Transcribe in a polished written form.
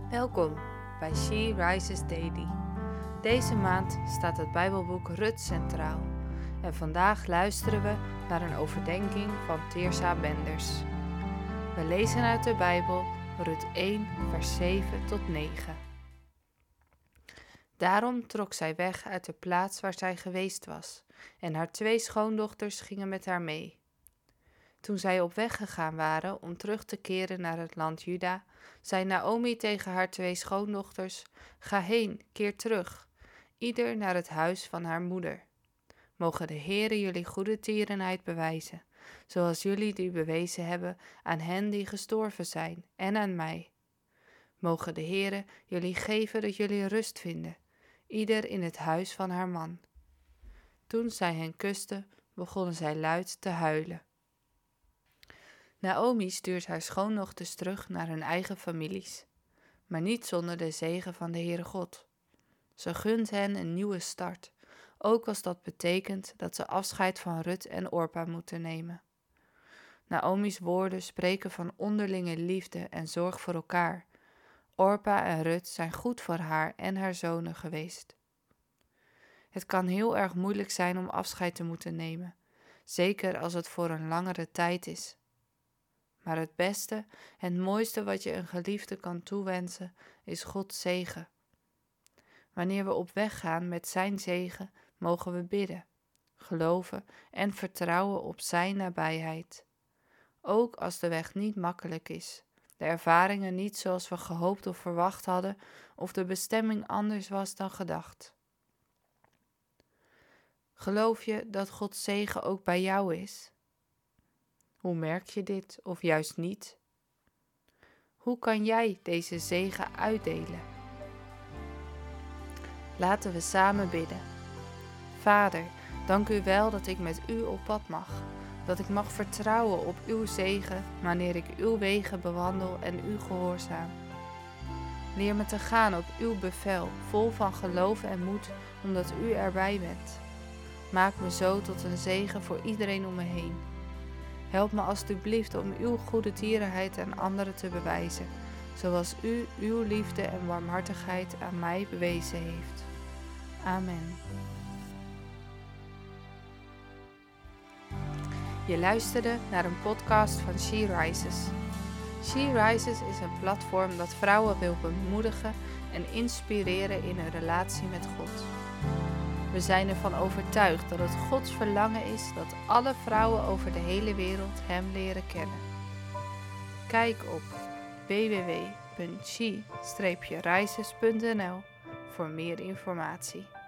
Welkom bij She Rises Daily. Deze maand staat het Bijbelboek Rut centraal en vandaag luisteren we naar een overdenking van Teersa Benders. We lezen uit de Bijbel Rut 1 vers 7 tot 9. Daarom trok zij weg uit de plaats waar zij geweest was en haar 2 schoondochters gingen met haar mee. Toen zij op weg gegaan waren om terug te keren naar het land Juda, zei Naomi tegen haar 2 schoondochters: Ga heen, keer terug, ieder naar het huis van haar moeder. Mogen de Heere jullie goede tierenheid bewijzen, zoals jullie die bewezen hebben aan hen die gestorven zijn en aan mij. Mogen de Heere jullie geven dat jullie rust vinden, ieder in het huis van haar man. Toen zij hen kuste, begonnen zij luid te huilen. Naomi stuurt haar schoondochters terug naar hun eigen families, maar niet zonder de zegen van de Heere God. Ze gunt hen een nieuwe start, ook als dat betekent dat ze afscheid van Rut en Orpa moeten nemen. Naomi's woorden spreken van onderlinge liefde en zorg voor elkaar. Orpa en Rut zijn goed voor haar en haar zonen geweest. Het kan heel erg moeilijk zijn om afscheid te moeten nemen, zeker als het voor een langere tijd is. Maar het beste en mooiste wat je een geliefde kan toewensen, is Gods zegen. Wanneer we op weg gaan met zijn zegen, mogen we bidden, geloven en vertrouwen op zijn nabijheid. Ook als de weg niet makkelijk is, de ervaringen niet zoals we gehoopt of verwacht hadden, of de bestemming anders was dan gedacht. Geloof je dat Gods zegen ook bij jou is? Hoe merk je dit of juist niet? Hoe kan jij deze zegen uitdelen? Laten we samen bidden. Vader, dank u wel dat ik met u op pad mag. Dat ik mag vertrouwen op uw zegen wanneer ik uw wegen bewandel en u gehoorzaam. Leer me te gaan op uw bevel, vol van geloof en moed, omdat u erbij bent. Maak me zo tot een zegen voor iedereen om me heen. Help me alstublieft om uw goede tierenheid aan anderen te bewijzen, zoals u uw liefde en warmhartigheid aan mij bewezen heeft. Amen. Je luisterde naar een podcast van She Rises. She Rises is een platform dat vrouwen wil bemoedigen en inspireren in hun relatie met God. We zijn ervan overtuigd dat het Gods verlangen is dat alle vrouwen over de hele wereld Hem leren kennen. Kijk op www.she-rises.nl voor meer informatie.